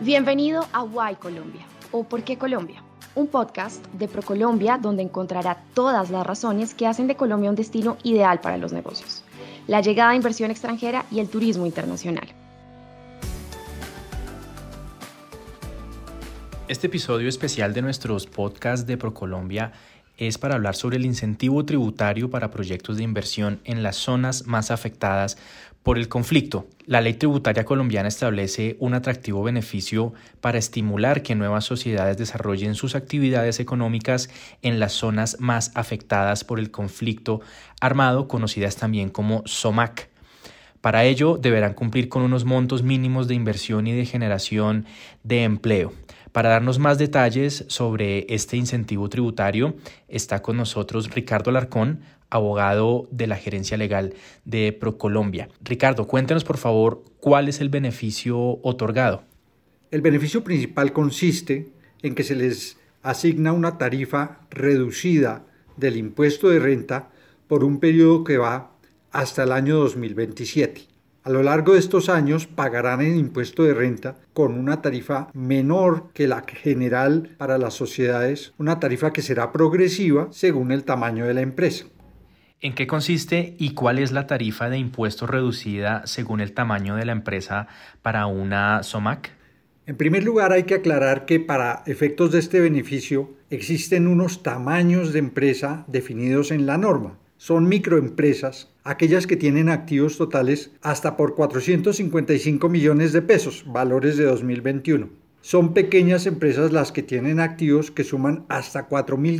Bienvenido a Why Colombia o ¿Por qué Colombia? Un podcast de ProColombia donde encontrará todas las razones que hacen de Colombia un destino ideal para los negocios, la llegada de inversión extranjera y el turismo internacional. Este episodio especial de nuestros podcasts de ProColombia es para hablar sobre el incentivo tributario para proyectos de inversión en las zonas más afectadas por el conflicto. La ley tributaria colombiana establece un atractivo beneficio para estimular que nuevas sociedades desarrollen sus actividades económicas en las zonas más afectadas por el conflicto armado, conocidas también como SOMAC. Para ello, deberán cumplir con unos montos mínimos de inversión y de generación de empleo. Para darnos más detalles sobre este incentivo tributario, está con nosotros Ricardo Alarcón, abogado de la Gerencia Legal de ProColombia. Ricardo, cuéntenos por favor cuál es el beneficio otorgado. El beneficio principal consiste en que se les asigna una tarifa reducida del impuesto de renta por un periodo que va hasta el año 2027. A lo largo de estos años pagarán el impuesto de renta con una tarifa menor que la general para las sociedades, una tarifa que será progresiva según el tamaño de la empresa. ¿En qué consiste y cuál es la tarifa de impuesto reducida según el tamaño de la empresa para una SOMAC? En primer lugar, hay que aclarar que para efectos de este beneficio existen unos tamaños de empresa definidos en la norma. Son microempresas, aquellas que tienen activos totales hasta por 455 millones de pesos, valores de 2021. Son pequeñas empresas las que tienen activos que suman hasta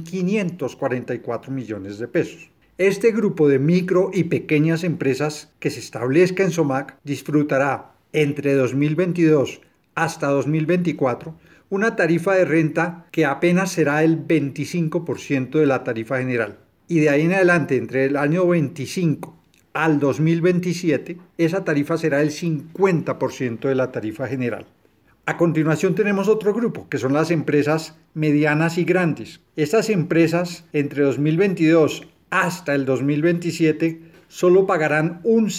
4.544 millones de pesos. Este grupo de micro y pequeñas empresas que se establezca en SOMAC disfrutará entre 2022 hasta 2024 una tarifa de renta que apenas será el 25% de la tarifa general. Y de ahí en adelante, entre el año 25 al 2027, esa tarifa será el 50% de la tarifa general. A continuación tenemos otro grupo, que son las empresas medianas y grandes. Estas empresas, entre 2022 hasta el 2027, solo pagarán un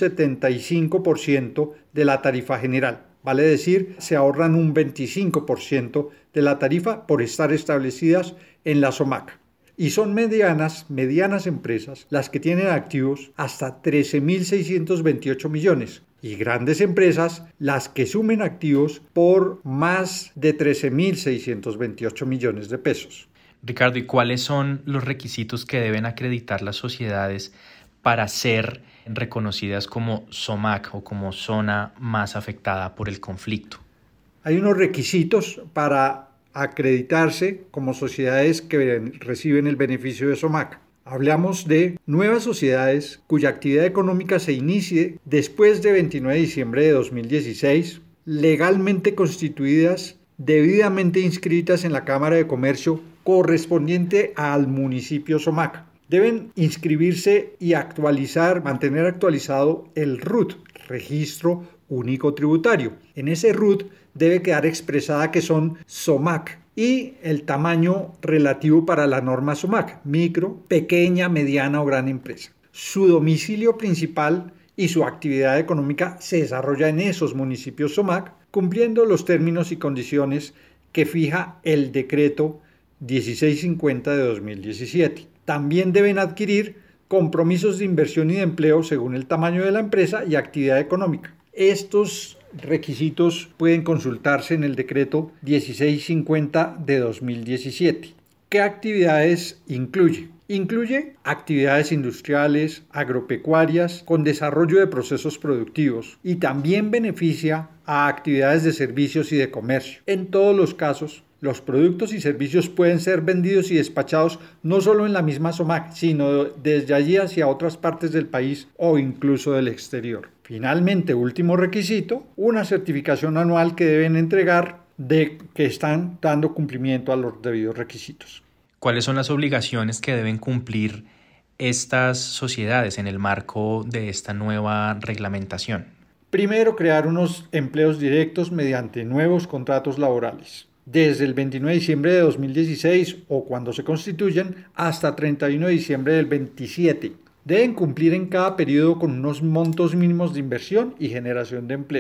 75% de la tarifa general. Vale decir, se ahorran un 25% de la tarifa por estar establecidas en la SOMAC. Y son medianas empresas las que tienen activos hasta 13.628 millones y grandes empresas las que sumen activos por más de 13.628 millones de pesos. Ricardo, ¿y cuáles son los requisitos que deben acreditar las sociedades para ser reconocidas como SOMAC o como zona más afectada por el conflicto? Hay unos requisitos para acreditarse como sociedades que reciben el beneficio de SOMAC. Hablamos de nuevas sociedades cuya actividad económica se inicie después de 29 de diciembre de 2016, legalmente constituidas, debidamente inscritas en la Cámara de Comercio correspondiente al municipio SOMAC. Deben inscribirse y mantener actualizado el RUT, Registro Único Tributario. En ese RUT debe quedar expresada que son SOMAC y el tamaño relativo para la norma SOMAC, micro, pequeña, mediana o gran empresa. Su domicilio principal y su actividad económica se desarrolla en esos municipios SOMAC, cumpliendo los términos y condiciones que fija el decreto 1650 de 2017. También deben adquirir compromisos de inversión y de empleo según el tamaño de la empresa y actividad económica. Estos requisitos pueden consultarse en el decreto 1650 de 2017. ¿Qué actividades incluye? Incluye actividades industriales, agropecuarias, con desarrollo de procesos productivos y también beneficia a actividades de servicios y de comercio. En todos los casos, los productos y servicios pueden ser vendidos y despachados no solo en la misma SOMAC, sino desde allí hacia otras partes del país o incluso del exterior. Finalmente, último requisito, una certificación anual que deben entregar de que están dando cumplimiento a los debidos requisitos. ¿Cuáles son las obligaciones que deben cumplir estas sociedades en el marco de esta nueva reglamentación? Primero, crear unos empleos directos mediante nuevos contratos laborales. Desde el 29 de diciembre de 2016 o cuando se constituyan hasta 31 de diciembre del 27. Deben cumplir en cada periodo con unos montos mínimos de inversión y generación de empleo.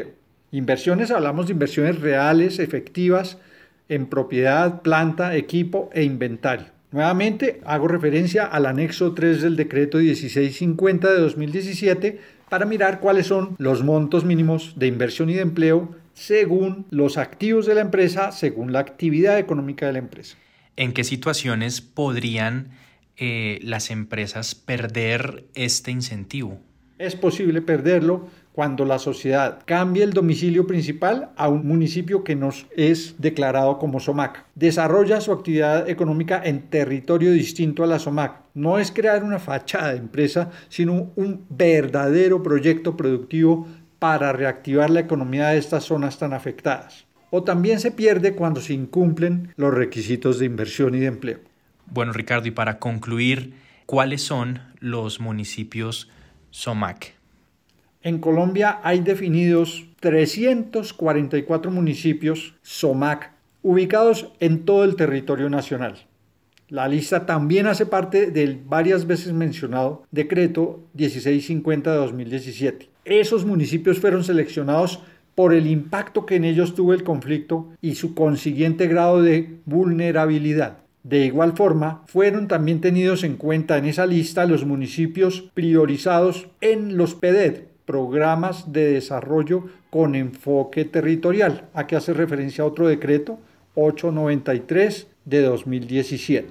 Inversiones, hablamos de inversiones reales, efectivas, en propiedad, planta, equipo e inventario. Nuevamente, hago referencia al anexo 3 del decreto 1650 de 2017 para mirar cuáles son los montos mínimos de inversión y de empleo según los activos de la empresa, según la actividad económica de la empresa. ¿En qué situaciones podrían las empresas perder este incentivo? Es posible perderlo cuando la sociedad cambie el domicilio principal a un municipio que nos es declarado como SOMAC. Desarrolla su actividad económica en territorio distinto a la SOMAC. No es crear una fachada de empresa, sino un verdadero proyecto productivo para reactivar la economía de estas zonas tan afectadas. O también se pierde cuando se incumplen los requisitos de inversión y de empleo. Bueno, Ricardo, y para concluir, ¿cuáles son los municipios SOMAC? En Colombia hay definidos 344 municipios SOMAC ubicados en todo el territorio nacional. La lista también hace parte del varias veces mencionado decreto 1650 de 2017. Esos municipios fueron seleccionados por el impacto que en ellos tuvo el conflicto y su consiguiente grado de vulnerabilidad. De igual forma, fueron también tenidos en cuenta en esa lista los municipios priorizados en los PDED, Programas de Desarrollo con Enfoque Territorial, a que hace referencia a otro decreto, 893 de 2017.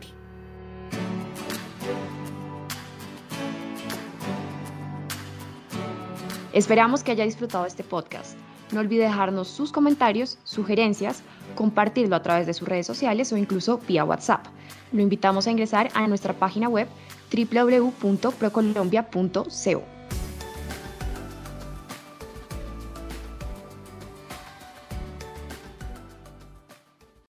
Esperamos que haya disfrutado este podcast. No olvide dejarnos sus comentarios, sugerencias, compartirlo a través de sus redes sociales o incluso vía WhatsApp. Lo invitamos a ingresar a nuestra página web www.procolombia.co.